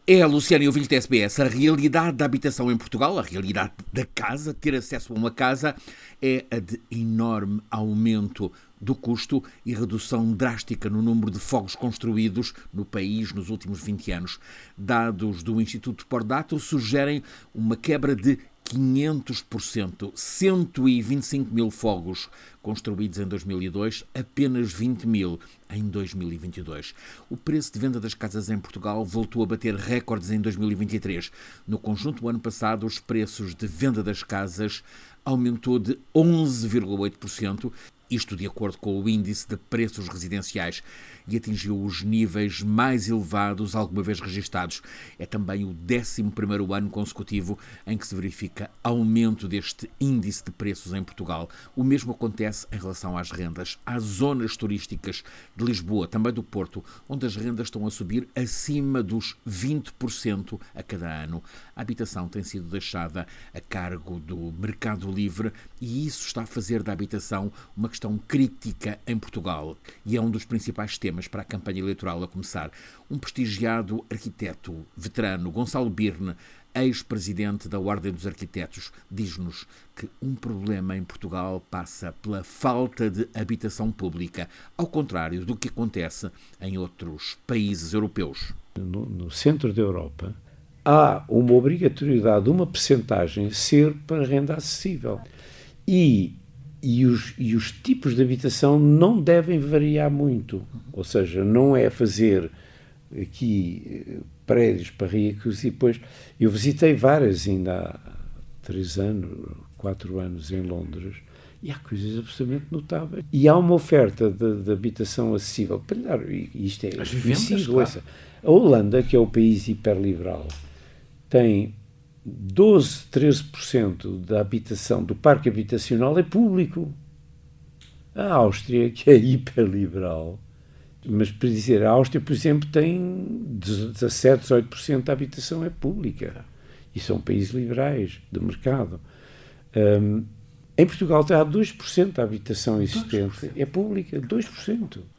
É, Luciano e ouvintes da SBS, a realidade da habitação em Portugal, a realidade da casa, ter acesso a uma casa, é a de enorme aumento do custo e redução drástica no número de fogos construídos no país nos últimos 20 anos. Dados do Instituto Portdata sugerem uma quebra de 500%, 125 mil fogos construídos em 2002, apenas 20 mil em 2022. O preço de venda das casas em Portugal voltou a bater recordes em 2023. No conjunto do ano passado, os preços de venda das casas aumentou de 11,8%, isto de acordo com o Índice de Preços Residenciais, e atingiu os níveis mais elevados alguma vez registados. É também o 11º ano consecutivo em que se verifica aumento deste índice de preços em Portugal. O mesmo acontece em relação às rendas. Há zonas turísticas de Lisboa, também do Porto, onde as rendas estão a subir acima dos 20% a cada ano. A habitação tem sido deixada a cargo do mercado livre e isso está a fazer da habitação uma questão crítica em Portugal e é um dos principais temas para a campanha eleitoral a começar. Um prestigiado arquiteto veterano, Gonçalo Birne, ex-presidente da Ordem dos Arquitetos, diz-nos que um problema em Portugal passa pela falta de habitação pública, ao contrário do que acontece em outros países europeus. No centro da Europa, há uma obrigatoriedade de uma percentagem ser para renda acessível. E os tipos de habitação não devem variar muito. Ou seja, não é fazer aqui prédios para ricos e depois... Eu visitei várias ainda há 3 anos, 4 anos em Londres e há coisas absolutamente notáveis. E há uma oferta de habitação acessível. Isto é conhecido. Claro. A Holanda, que é o país hiperliberal, tem 12, 13% da habitação, do parque habitacional é público. A Áustria, que é hiperliberal, mas para dizer, a Áustria, por exemplo, tem 17, 18% da habitação é pública. E são países liberais, de mercado. Em Portugal há 2% da habitação existente, é pública, 2%.